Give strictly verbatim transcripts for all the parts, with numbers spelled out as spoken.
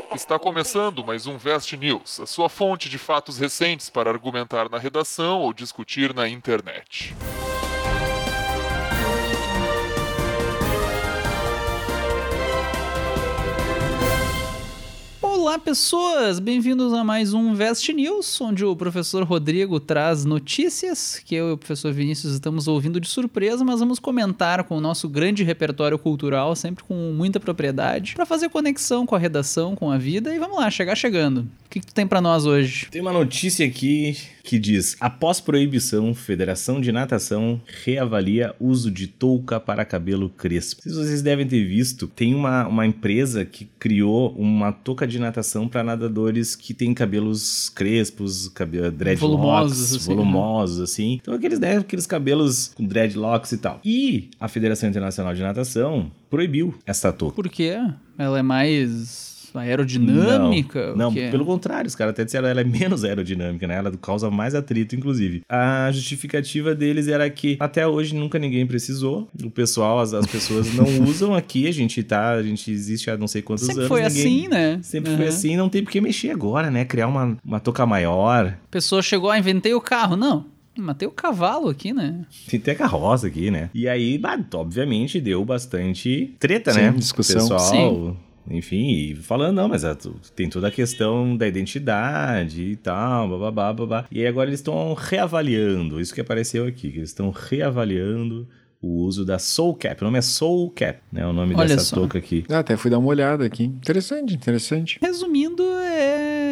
Está começando mais um Vest News, a sua fonte de fatos recentes para argumentar na redação ou discutir na internet. Olá pessoas, bem-vindos a mais um Vest News, onde o professor Rodrigo traz notícias que eu e o professor Vinícius estamos ouvindo de surpresa, mas vamos comentar com o nosso grande repertório cultural, sempre com muita propriedade, para fazer conexão com a redação, com a vida, e vamos lá, chegar chegando. O que, que tu tem para nós hoje? Tem uma notícia aqui que diz: após proibição, Federação de Natação reavalia uso de touca para cabelo crespo. Se vocês devem ter visto, tem uma, uma empresa que criou uma touca de natação para nadadores que têm cabelos crespos, cabelo, dreadlocks, volumosos, assim, volumosos, né? assim. Então aqueles, né, aqueles cabelos com dreadlocks e tal. E a Federação Internacional de Natação proibiu essa touca. Por quê? Ela é mais aerodinâmica? Não, não pelo contrário, os caras até disseram que ela é menos aerodinâmica, né? Ela causa mais atrito, inclusive. A justificativa deles era que até hoje nunca ninguém precisou. O pessoal, as, as pessoas não usam aqui, a gente tá, a gente existe há não sei quantos Sempre anos. Sempre foi ninguém, assim, né? Sempre uhum. foi assim, não tem por que mexer agora, né? Criar uma, uma touca maior. A pessoa chegou, ah, inventei o carro. Não. Matei o cavalo aqui, né? Tem até carroça aqui, né? E aí, bah, obviamente, deu bastante treta, Sim, né? discussão. Pessoal, Sim. Enfim, e falando, não, mas tem toda a questão da identidade e tal, bababá, babá. E aí agora eles estão reavaliando, isso que apareceu aqui, que eles estão reavaliando o uso da Soul Cap. O nome é Soul Cap, né? O nome Olha dessa só. Touca aqui. Ah, até fui dar uma olhada aqui. Interessante, interessante. Resumindo, é...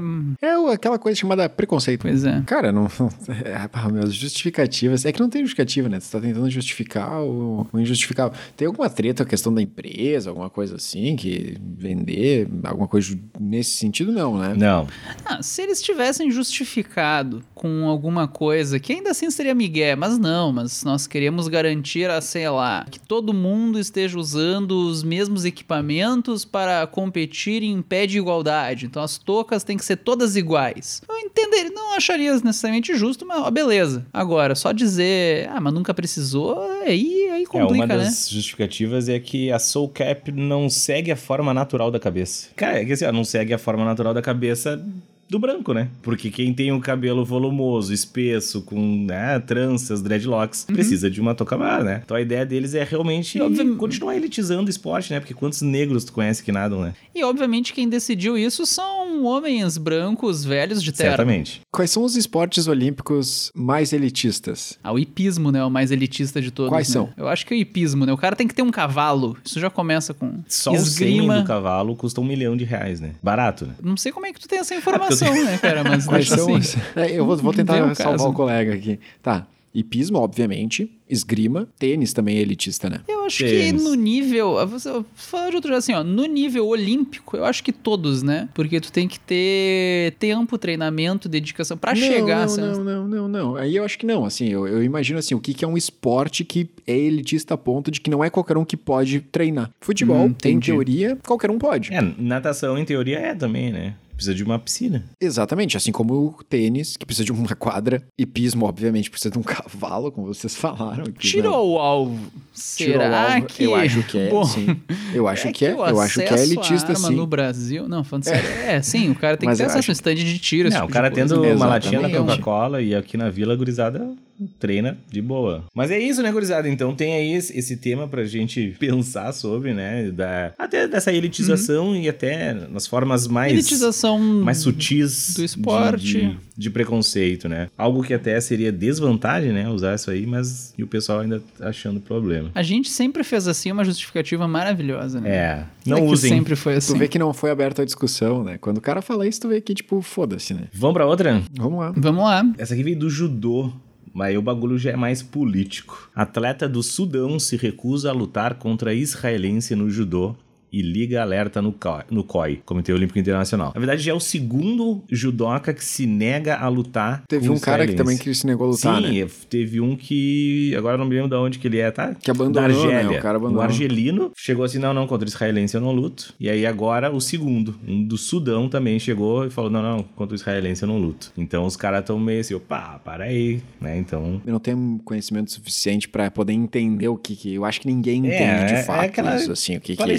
É o- aquela coisa chamada preconceito. Pois é. Cara, não... É, pá, meus justificativas... É que não tem justificativa, né? Você tá tentando justificar o, o injustificável. Tem alguma treta, a questão da empresa, alguma coisa assim, que vender, alguma coisa nesse sentido, não, né? Não. Ah, se eles tivessem justificado com alguma coisa, que ainda assim seria migué, mas não, mas nós queremos garantir, a, sei lá, que todo mundo esteja usando os mesmos equipamentos para competir em pé de igualdade. Então as toucas têm que ser todas iguais. Eu entenderia, não acharia necessariamente justo, mas ó, beleza. Agora, só dizer, ah, mas nunca precisou, aí, aí complica, é, uma né? das justificativas é que a Soul Cap não segue a forma natural da cabeça. Cara, é que assim, ó, não segue a forma natural da cabeça do branco, né? Porque quem tem um cabelo volumoso, espesso, com né, tranças, dreadlocks, uhum. precisa de uma touca maior, né? Então a ideia deles é realmente obvi- continuar elitizando o esporte, né? Porque quantos negros tu conhece que nadam, né? E obviamente quem decidiu isso são homens brancos velhos de terno. Certamente. Quais são os esportes olímpicos mais elitistas? Ah, o hipismo, né? O mais elitista de todos. Quais né? são? Eu acho que é o hipismo, né? O cara tem que ter um cavalo. Isso já começa com Só o esgrima. sêmen do cavalo custa um milhão de reais, né? Barato, né? Não sei como é que tu tem essa informação, né, cara? Mas Quais deixa são assim. os... É, eu vou, vou Vê tentar o salvar caso. o colega aqui. Tá. Hipismo, obviamente. Esgrima. Tênis também é elitista, né? Eu acho Tênis. que no nível... eu vou falar de outro jeito assim, ó. No nível olímpico, eu acho que todos, né? Porque tu tem que ter tempo, treinamento, dedicação pra não, chegar... Não, assim, não, não, não, não. Aí eu acho que não. Assim, eu, eu imagino assim, o que, que é um esporte que é elitista a ponto de que não é qualquer um que pode treinar. Futebol, Hum, em entendi. teoria, qualquer um pode. É, natação em teoria é também, né? Precisa de uma piscina. Exatamente, assim como o tênis, que precisa de uma quadra. Hipismo, obviamente, precisa de um cavalo, como vocês falaram. Aqui, Tirou o alvo. Tirou Será o alvo. que... Eu acho que é, Bom, sim. Eu acho é que é. o Eu acho que é acesso elitista, à arma sim. no Brasil... Não, falando sério. É, sim, o cara tem Mas que ter eu acesso acho a um stand de tiro. esse Não, tipo o cara de coisa. tendo uma Exatamente. latinha da Coca-Cola e aqui na Vila, a gurizada treina de boa. Mas é isso, né, gurizada? Então tem aí esse, esse tema pra gente pensar sobre, né? Da, até dessa elitização uhum. e até nas formas mais... Elitização mais sutis do esporte. De, de, de preconceito, né? Algo que até seria desvantagem, né? Usar isso aí, mas e o pessoal ainda tá achando problema. A gente sempre fez assim uma justificativa maravilhosa, né? É, não é que usem. sempre foi assim. Tu vê que não foi aberta a discussão, né? Quando o cara fala isso, tu vê que, tipo, foda-se, né? Vamos pra outra? Vamos lá. Vamos lá. Essa aqui veio do judô. Mas aí o bagulho já é mais político. Atleta do Sudão se recusa a lutar contra israelense no judô e liga alerta no C O I, no C O I, Comitê Olímpico Internacional. Na verdade, já é o segundo judoca que se nega a lutar. Teve com um cara que israelense. também que se negou a lutar, Sim, né? teve um que... Agora eu não me lembro de onde que ele é, tá? Que abandonou, da Argélia. né? O cara abandonou. Um argelino chegou assim, não, não, contra o israelense eu não luto. E aí agora o segundo, um do Sudão também chegou e falou, não, não, contra o israelense eu não luto. Então os caras estão meio assim, opa, para aí, né? Então... Eu não tenho conhecimento suficiente pra poder entender o que que... Eu acho que ninguém entende É, de é fato aquela isso, assim, o que que... Palestina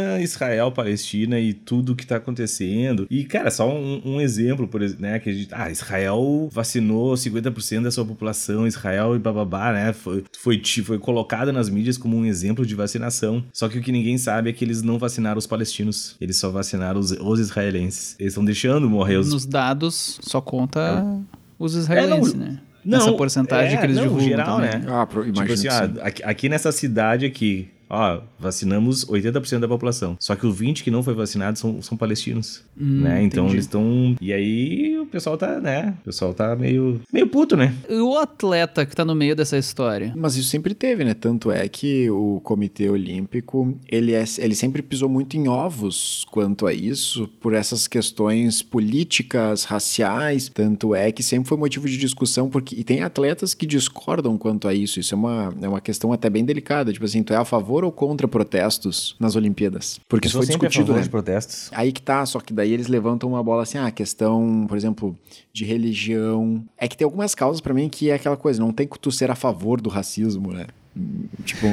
imagina Israel, Palestina e tudo que tá acontecendo. E, cara, só um, um exemplo, por exemplo, né? Que a gente, ah, Israel vacinou cinquenta por cento da sua população, Israel e bababá, né? Foi, foi, foi colocado nas mídias como um exemplo de vacinação. Só que o que ninguém sabe é que eles não vacinaram os palestinos. Eles só vacinaram os, os israelenses. Eles estão deixando morrer os... Nos dados, só conta é. os israelenses, é, não, né? Não, Essa porcentagem é, que eles não, divulgam geral, também. né? Ah, pro, tipo assim, ó, aqui, aqui nessa cidade aqui, ó, vacinamos oitenta por cento da população. Só que os vinte por cento que não foi vacinado são, são palestinos, hum, né? Então entendi. eles estão... E aí o pessoal tá, né? O pessoal tá meio, meio puto, né? E o atleta que tá no meio dessa história? Mas isso sempre teve, né? Tanto é que o Comitê Olímpico, ele, é, ele sempre pisou muito em ovos quanto a isso, por essas questões políticas, raciais. Tanto é que sempre foi motivo de discussão, porque e tem atletas que discordam quanto a isso. Isso é uma, é uma questão até bem delicada. Tipo assim, tu é a favor ou contra protestos nas Olimpíadas? Porque isso foi discutido, né? De protestos. Aí que tá, só que daí eles levantam uma bola assim, ah, questão, por exemplo, de religião. É que tem algumas causas pra mim que é aquela coisa, não tem que tu ser a favor do racismo, né? Tipo,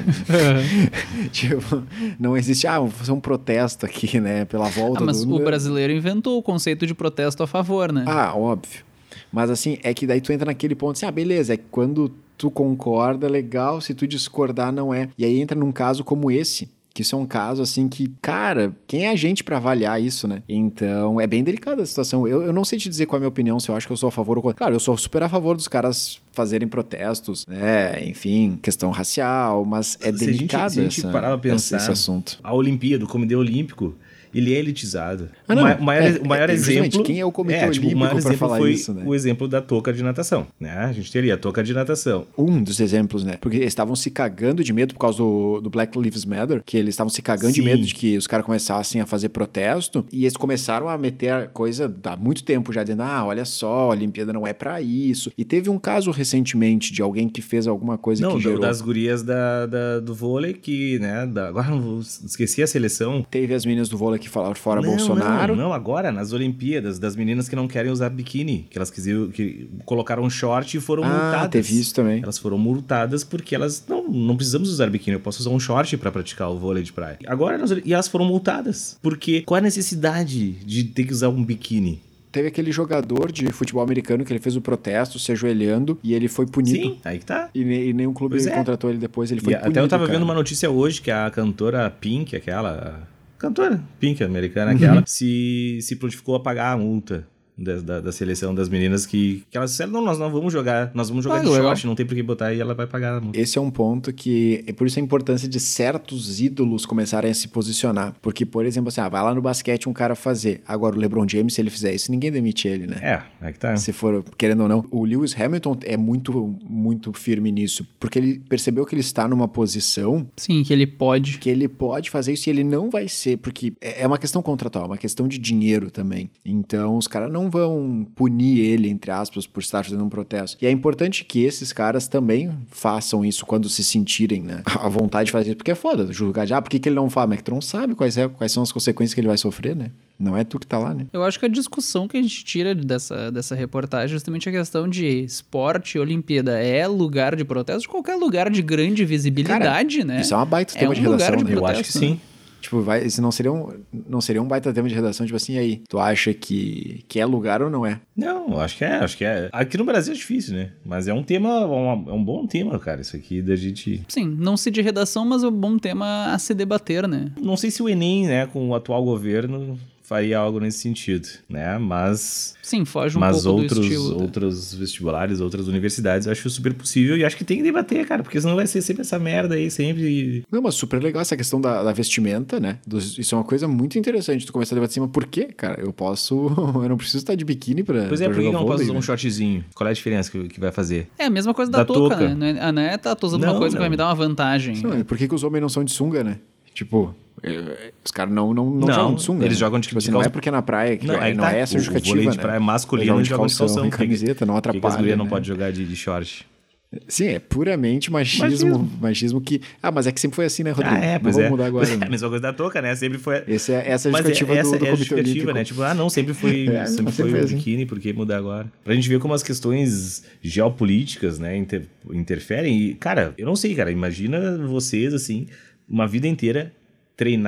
tipo, não existe, ah, vou fazer um protesto aqui, né, pela volta ah, mas do... o brasileiro inventou o conceito de protesto a favor, né? Ah, óbvio. Mas assim, é que daí tu entra naquele ponto assim, ah, beleza, é que quando tu concorda, legal, se tu discordar, não é. E aí entra num caso como esse, que isso é um caso, assim, que, cara, quem é a gente pra avaliar isso, né? Então, é bem delicada a situação. Eu, eu não sei te dizer qual é a minha opinião, se eu acho que eu sou a favor ou contra. Claro, eu sou super a favor dos caras fazerem protestos, né? Enfim, questão racial, mas é se delicado a gente, se a gente essa, parar pra pensar, esse assunto. A Olimpíada, o Comitê Olímpico, ele é elitizado. Ah, não. O, ma- o maior, É, o maior é, exemplo... quem é o Comitê é, tipo, Olímpico o maior pra exemplo falar foi isso, né? o exemplo da touca de natação, né? A gente teria a touca de natação. Um dos exemplos, né? Porque eles estavam se cagando de medo por causa do, do Black Lives Matter, que eles estavam se cagando Sim. de medo de que os caras começassem a fazer protesto, e eles começaram a meter a coisa há muito tempo já, dizendo, ah, olha só, a Olimpíada não é pra isso. E teve um caso recentemente de alguém que fez alguma coisa Não, que gerou... das gurias da, da- do vôlei que, né, da, agora não vou, esqueci a seleção. Teve as meninas do vôlei que falaram fora não, Bolsonaro. Não, não, agora, nas Olimpíadas, das meninas que não querem usar biquíni, que elas quiseram, que colocaram um short e foram Ah, multadas. teve isso também. Elas foram multadas porque elas, não, não precisamos usar biquíni, eu posso usar um short pra praticar o vôlei de praia. Agora, nas Oli- e elas foram multadas, porque qual é a necessidade de ter que usar um biquíni? Teve aquele jogador de futebol americano que ele fez o protesto se ajoelhando e ele foi punido. Sim, aí que tá. E, ne- e nenhum clube Pois é. contratou ele depois, ele E foi até punido, eu tava cara. vendo uma notícia hoje que a cantora Pink, aquela... a cantora Pink, americana, aquela, se, se prontificou a pagar a multa da, da, da seleção das meninas que, que elas disseram, não, nós não vamos jogar, nós vamos jogar Ah, de legal. short, não tem por que botar e ela vai pagar a multa. Esse é um ponto que... É por isso a importância de certos ídolos começarem a se posicionar. Porque, por exemplo, assim, ah, vai lá no basquete um cara fazer. Agora, o LeBron James, se ele fizer isso, ninguém demite ele, né? É, é que tá. Se for, querendo ou não. O Lewis Hamilton é muito, muito firme nisso. Porque ele percebeu que ele está numa posição Sim, que ele pode. que ele pode fazer isso e ele não vai ser, porque é é uma questão contratual, é uma questão de dinheiro também. Então, os caras não vão punir ele, entre aspas, por estar fazendo um protesto. E é importante que esses caras também façam isso quando se sentirem, né? A vontade de fazer isso, porque é foda julgar de, ah, por que, que ele não faz? Mas que tu não sabe quais, é, quais são as consequências que ele vai sofrer, né? Não é tu que tá lá, né? Eu acho que a discussão que a gente tira dessa, dessa reportagem é justamente a questão de esporte, Olimpíada é lugar de protesto, qualquer lugar de grande visibilidade, Cara, né? Isso é uma baita É tema um de redação, lugar de né? Eu acho que protesto, sim. Tipo, vai, esse não seria, um, não seria um baita tema de redação, tipo assim, e aí, tu acha que, que é lugar ou não é? Não, eu acho que é, acho que é. Aqui no Brasil é difícil, né? Mas é um tema, um, é um bom tema, cara, isso aqui da gente... Sim, não se de redação, mas é um bom tema a se debater, né? Não sei se o Enem, né, com o atual governo, faria algo nesse sentido, né? Mas... Sim, foge um Mas pouco outros, do estilo. tá? outros vestibulares, outras universidades, eu acho super possível e acho que tem que debater, cara, porque senão vai ser sempre essa merda aí, sempre... Não, mas super legal essa questão da, da vestimenta, né? Dos- isso é uma coisa muito interessante, tu começar a debater assim, mas por quê, cara? Eu posso... eu não preciso estar de biquíni pra, Pois é, pra por que jogar eu não posso vôlei, usar um né? shortzinho? Qual é a diferença que, que vai fazer? É a mesma coisa da, Da touca, touca. né? Não é- Ah, não é tá, tô usando Não, uma coisa que não. vai me dar uma vantagem. Não, por que, que os homens não são de sunga, né? Tipo, eh, os caras não, não, não, Não, jogam de sunga. eles né? jogam de- tipo assim, de não é calça- porque na praia, que Não, não, aí é, não tá. é essa O- o justificativa, vôlei de né? praia masculino Eles jogam joga de calção, e por que- camiseta, não Por que, que as atrapalha, gurias não né? podem jogar de, de short? Sim, é puramente machismo, machismo. Machismo. que... Ah, mas é que sempre foi assim, né, Rodrigo? Ah, é, não pois vamos é. mudar agora, É a né? mesma coisa da touca, né? Sempre foi... Esse é, essa é a Mas justificativa essa do, do é a Comitê justificativa, Olímpico. né? Tipo, ah, não, sempre foi, É, sempre não, foi, sempre foi assim. biquíni, por que mudar agora? Pra gente ver como as questões geopolíticas, né, inter- interferem. E, cara, eu não sei, cara, imagina vocês, assim, uma vida inteira treinar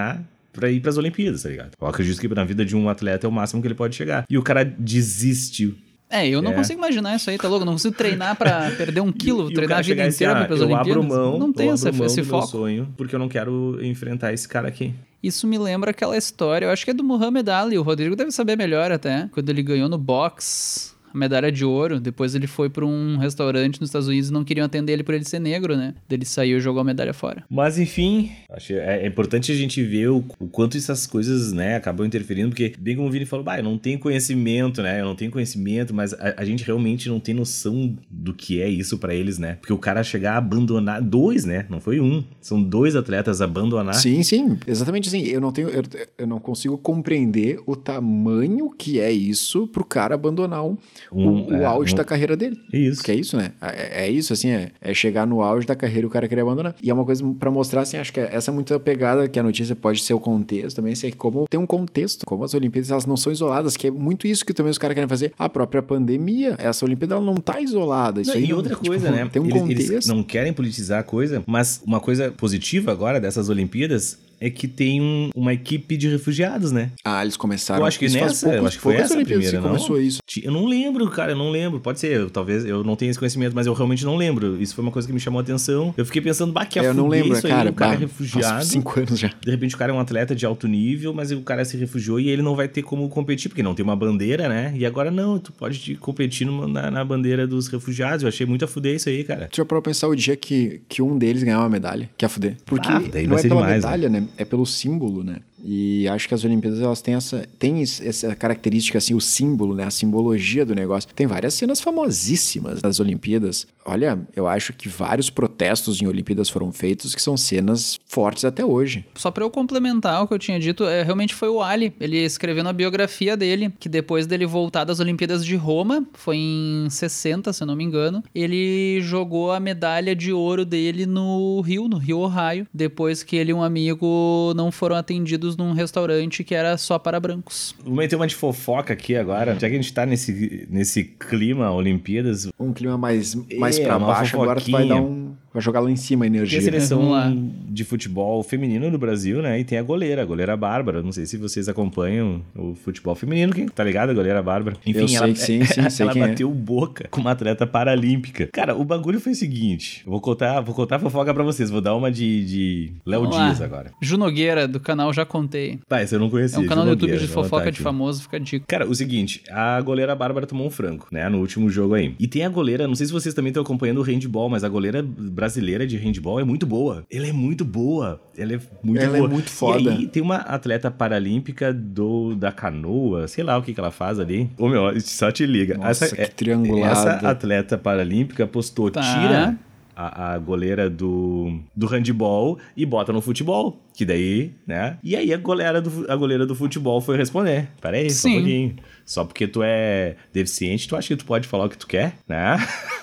pra ir pras Olimpíadas, tá ligado? Eu acredito que na vida de um atleta é o máximo que ele pode chegar. E o cara desiste. É, eu não É. consigo imaginar isso aí, tá louco? Eu não consigo treinar pra perder um quilo, E o treinar cara a vida chegar e inteira dizer, pra ir pras eu Olimpíadas. abro mão, não tem eu essa, abro mão esse do meu foco. sonho, porque eu não quero enfrentar esse cara aqui. Isso me lembra aquela história, eu acho que é do Muhammad Ali, o Rodrigo deve saber melhor até, quando ele ganhou no boxe a medalha de ouro, depois ele foi pra um restaurante nos Estados Unidos e não queriam atender ele por ele ser negro, né? Daí ele saiu e jogou a medalha fora. Mas enfim, acho é, é importante a gente ver o, o quanto essas coisas, né, acabam interferindo, porque bem como o Vini falou, bah, eu não tenho conhecimento, né, eu não tenho conhecimento, mas a, a gente realmente não tem noção do que é isso pra eles, né, porque o cara chegar a abandonar, dois, né, não foi um, são dois atletas abandonar. Sim, sim, exatamente assim, eu não tenho, eu, eu não consigo compreender o tamanho que é isso pro cara abandonar um, Um, o, o é, auge um- da carreira dele. Isso. Porque é isso, né? É, é isso, assim, é, é chegar no auge da carreira e o cara querer abandonar. E é uma coisa pra mostrar, assim, acho que essa é muito a pegada que a notícia pode ser o contexto também, assim, é que como tem um contexto, como as Olimpíadas, elas não são isoladas, que é muito isso que também os caras querem fazer. A própria pandemia, essa Olimpíada, ela não tá isolada. Isso Não, aí e não- outra tipo, coisa, né? Tem um eles, contexto. eles não querem politizar a coisa, mas uma coisa positiva agora dessas Olimpíadas é que tem um- uma equipe de refugiados, né? Ah, eles começaram... Eu acho que isso faz nessa, poucos- eu acho que foi poucas essa a Olimpíadas primeira, que não? começou isso. Ti- Eu não lembro, cara, eu não lembro. Pode ser, eu- talvez eu não tenha esse conhecimento, mas eu realmente não lembro. Isso foi uma coisa que me chamou a atenção. Eu fiquei pensando, bah, que É, eu não lembro, isso aí, cara. o cara é bah, refugiado. faz cinco anos já. De repente o cara é um atleta de alto nível, mas o cara se refugiou e ele não vai ter como competir, porque não tem uma bandeira, né? E agora não, tu pode te competir numa- na, na bandeira dos refugiados. Eu achei muito a fuder isso aí, cara. Tu já parou pra pensar o dia que, que um deles ganhar uma medalha? Que é fuder. Porque Ah, daí não vai é ser pela demais, medalha, né? É pelo símbolo, né? E acho que as Olimpíadas, elas têm essa, têm esse- essa característica, assim, o símbolo, né? A simbologia do negócio. Tem várias cenas famosíssimas das Olimpíadas. Olha, eu acho que vários protestos em Olimpíadas foram feitos que são cenas fortes até hoje. Só pra eu complementar o que eu tinha dito, é, realmente foi o Ali, ele escrevendo a biografia dele, que depois dele voltar das Olimpíadas de Roma, foi em sessenta, se eu não me engano, ele jogou a medalha de ouro dele no Rio, no Rio Ohio, depois que ele e um amigo não foram atendidos num restaurante que era só para brancos. Vou meter uma de fofoca aqui agora. Já que a gente tá nesse, nesse clima Olimpíadas, Um clima mais, mais É, pra uma baixo, agora tu vai fofoquinha. dar um... Vai jogar lá em cima a tem a energia. seleção Vamos lá. de futebol feminino no Brasil, né? E tem a goleira, a goleira Bárbara. Não sei se vocês acompanham o futebol feminino, quem tá ligado? A goleira Bárbara. Enfim, Eu sei ela, que sim, sim, sei ela quem é. bateu boca com uma atleta paralímpica. Cara, o bagulho foi o seguinte. Eu vou contar, vou contar a fofoca pra vocês. Vou dar uma de, de Léo Vamos lá. Dias agora. Ju Nogueira, do canal Já Contei. Tá, esse eu não conhecia. É um canal no Ju YouTube Nogueira, de vou fofoca anotar de aqui. famoso, fica a dica. Cara, o seguinte, a goleira Bárbara tomou um frango, né, no último jogo aí. E tem a goleira, não sei se vocês também estão acompanhando o handball, mas a goleira brasileira de handball é muito boa. Ela é muito boa. Ela é muito Ela é boa. muito foda. E aí tem uma atleta paralímpica do, da canoa, sei lá o que que ela faz ali. Ô meu, só te liga. Nossa, essa, que é- triangulada. Essa atleta paralímpica postou, Tá. tira a, a goleira do, do handball e bota no futebol. Que daí, né? E aí a goleira do, a goleira do futebol foi responder. Pera aí, só um Sim. pouquinho. Só porque tu é deficiente, tu acha que tu pode falar o que tu quer, né?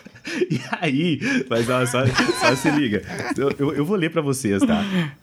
E aí, mas ó, só, só se liga. Eu, eu, eu vou ler pra vocês, tá?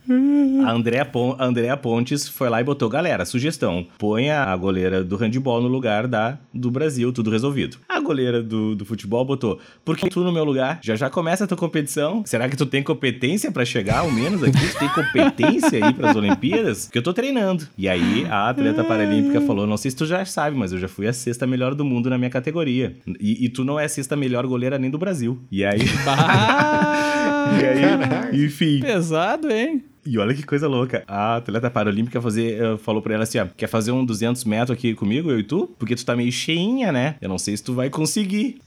A Andrea, Pon- a Andrea Pontes foi lá e botou, galera, sugestão, põe a goleira do handball no lugar da do Brasil, tudo resolvido. A goleira do, do futebol botou, por que tu no meu lugar? Já já começa a tua competição? Será que tu tem competência pra chegar ao menos aqui? Tu tem competência aí pras Olimpíadas? Porque eu tô treinando. E aí a atleta paralímpica falou, não sei se tu já sabe, mas eu já fui a sexta melhor do mundo na minha categoria. E, e tu não é a sexta melhor goleira nem do Brasil. E aí... Bah! e aí, enfim... Pesado, hein? E olha que coisa louca. A atleta paralímpica fazer, uh, falou pra ela assim, ó, quer fazer um duzentos metros aqui comigo, eu e tu? Porque tu tá meio cheinha, né? Eu não sei se tu vai conseguir.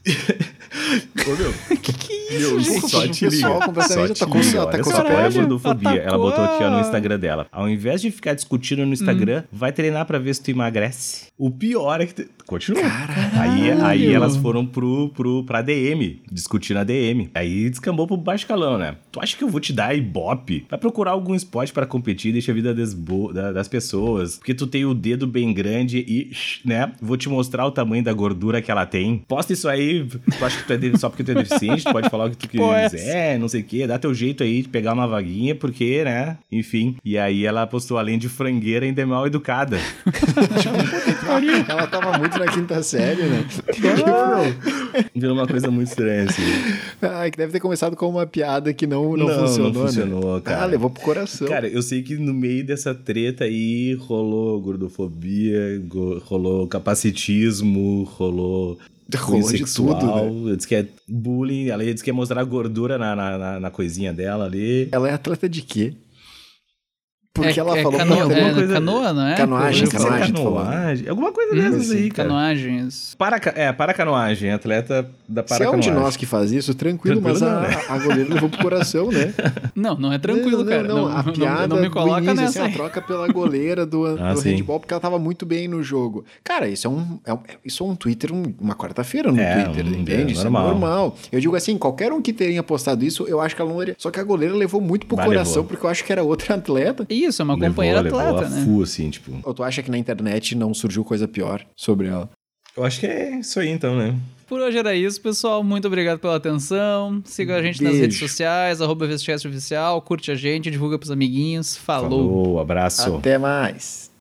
Ô, meu. Que que é isso, Meu, gente? só O te pessoal liga. completamente Só tá te com- liga. tá Olha com só, sacanagem. olha a gordofobia. Atacou. Ela botou aqui ó, no Instagram dela. Ao invés de ficar discutindo no Instagram, vai treinar pra ver se tu emagrece. O pior é que... Tu... Continua. Aí, aí elas foram pro, pro, pra D M, discutir na D M. Aí descambou pro baixo calão, né? Tu acha que eu vou te dar ibope? Vai procurar algum esporte pra competir, deixa a vida das, bo- da- das pessoas. Porque tu tem o dedo bem grande e, né? Vou te mostrar o tamanho da gordura que ela tem. Posta isso aí. Tu acha que tu é de- só porque tu é deficiente, tu pode falar o que tu porra é quiser, não sei o quê. Dá teu jeito aí de pegar uma vaguinha, porque, né? Enfim. E aí ela postou, além de frangueira, ainda é mal educada. Ela tava muito na quinta série, né? Tipo, Virou uma coisa muito estranha, assim. Ah, que deve ter começado com uma piada que não, não, Não, funcionou, não funcionou, né? cara. Ah, levou pro coração. Cara, eu sei que no meio dessa treta aí rolou gordofobia, go- rolou capacitismo, rolou... Rolou de tudo, né? Eu disse que é bullying, ela disse que ia mostrar gordura na, na, na, na coisinha dela ali. Ela é atleta de quê? Porque é, ela é falou cano, pra é, coisa- canoa, não é? Canoagem, Eu falei. canoagem. Canoagem, alguma coisa Hum, dessas aí, cara. Canoagens. Para, ca- é, para canoagem, atleta da Se é um paracanoagem. de nós que faz isso, tranquilo, Tranquilo mas não, a, né? a goleira levou pro coração, né? Não, não é tranquilo, não, não, cara. Não, Não, a não- piada não me coloca do início, nessa. assim, aí. a troca pela goleira do, Ah, do sim. handball, porque ela tava muito bem no jogo. Cara, isso é um, é um, isso é um Twitter, um- uma quarta-feira no É, Twitter, um- entende? é Isso normal. é normal. Eu digo assim, qualquer um que tenha postado isso, eu acho que ela não iria. Só que a goleira levou muito pro Bah, coração, levou. porque eu acho que era outra atleta. Isso, é uma Levou, companheira levou atleta, a né? full, assim, tipo... Ou tu acha que na internet não surgiu coisa pior sobre ela? Eu acho que é isso aí, então, né? Por hoje era isso, pessoal. Muito obrigado pela atenção. Siga a gente nas Beijo. redes sociais, arroba VestCast Oficial, curte a gente, divulga pros amiguinhos. Falou. Falou, abraço. Até mais.